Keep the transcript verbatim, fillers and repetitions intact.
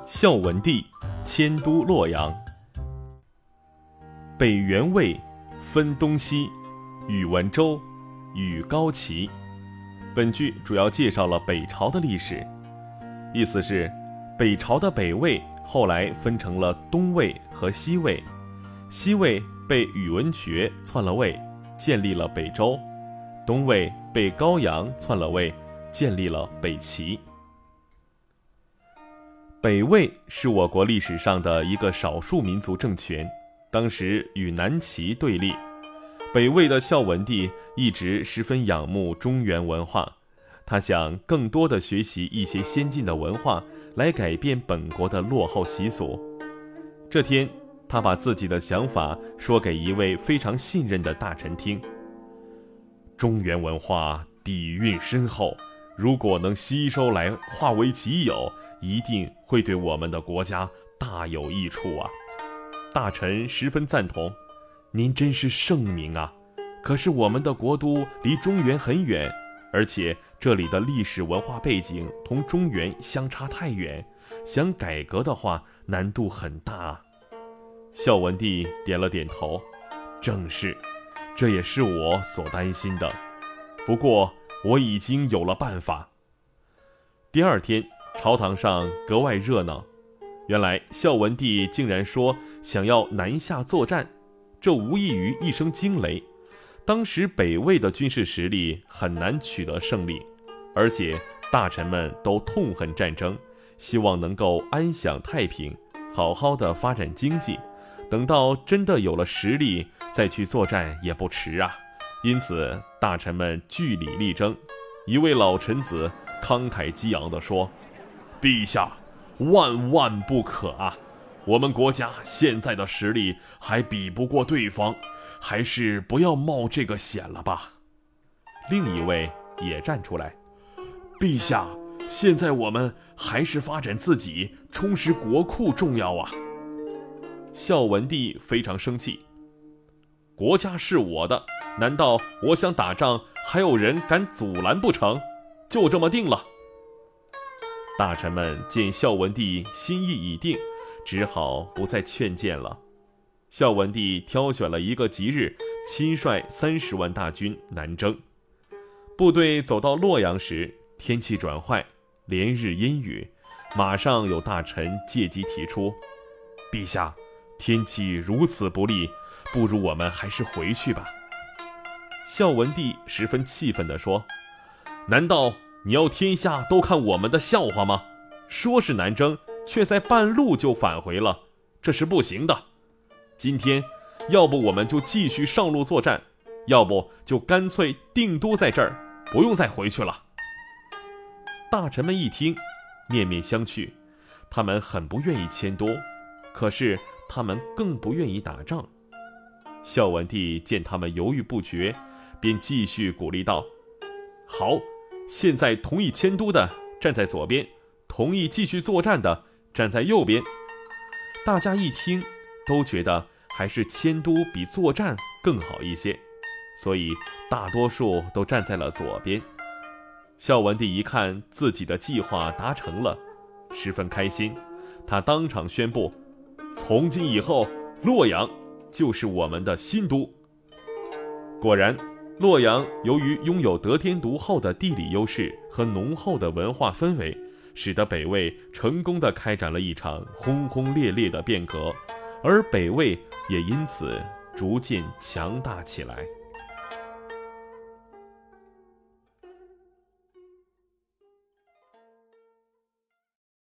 孝文帝迁都洛阳。北元魏分东西，宇文周，与高齐。本句主要介绍了北朝的历史，意思是北朝的北魏后来分成了东魏和西魏，西魏被宇文觉篡了位，建立了北周，东魏被高阳篡了位，建立了北齐。北魏是我国历史上的一个少数民族政权，当时与南齐对立。北魏的孝文帝一直十分仰慕中原文化，他想更多地学习一些先进的文化，来改变本国的落后习俗。这天，他把自己的想法说给一位非常信任的大臣听。中原文化底蕴深厚，如果能吸收来化为己有，一定会对我们的国家大有益处啊！大臣十分赞同，您真是圣明啊！可是我们的国都离中原很远，而且这里的历史文化背景同中原相差太远，想改革的话难度很大啊。孝文帝点了点头，正是，这也是我所担心的。不过我已经有了办法。第二天，朝堂上格外热闹。原来孝文帝竟然说想要南下作战，这无异于一声惊雷。当时北魏的军事实力很难取得胜利，而且大臣们都痛恨战争，希望能够安享太平，好好的发展经济，等到真的有了实力再去作战也不迟啊。因此大臣们据理力争。一位老臣子慷慨激昂地说，陛下，万万不可啊！我们国家现在的实力还比不过对方，还是不要冒这个险了吧。另一位也站出来，陛下，现在我们还是发展自己，充实国库重要啊。孝文帝非常生气，国家是我的，难道我想打仗还有人敢阻拦不成？就这么定了。大臣们见孝文帝心意已定，只好不再劝谏了。孝文帝挑选了一个吉日，亲率三十万大军南征。部队走到洛阳时，天气转坏，连日阴雨。马上有大臣借机提出，陛下，天气如此不利，不如我们还是回去吧。孝文帝十分气愤地说，难道你要天下都看我们的笑话吗？说是南征，却在半路就返回了，这是不行的。今天要不我们就继续上路作战，要不就干脆定都在这儿，不用再回去了。大臣们一听，面面相觑，他们很不愿意迁都，可是他们更不愿意打仗。孝文帝见他们犹豫不决，便继续鼓励道，好，现在同意迁都的站在左边，同意继续作战的站在右边。大家一听都觉得还是迁都比作战更好一些，所以大多数都站在了左边。孝文帝一看自己的计划达成了，十分开心，他当场宣布，从今以后洛阳就是我们的新都。果然，洛阳由于拥有得天独厚的地理优势和浓厚的文化氛围，使得北魏成功地开展了一场轰轰烈烈的变革，而北魏也因此逐渐强大起来。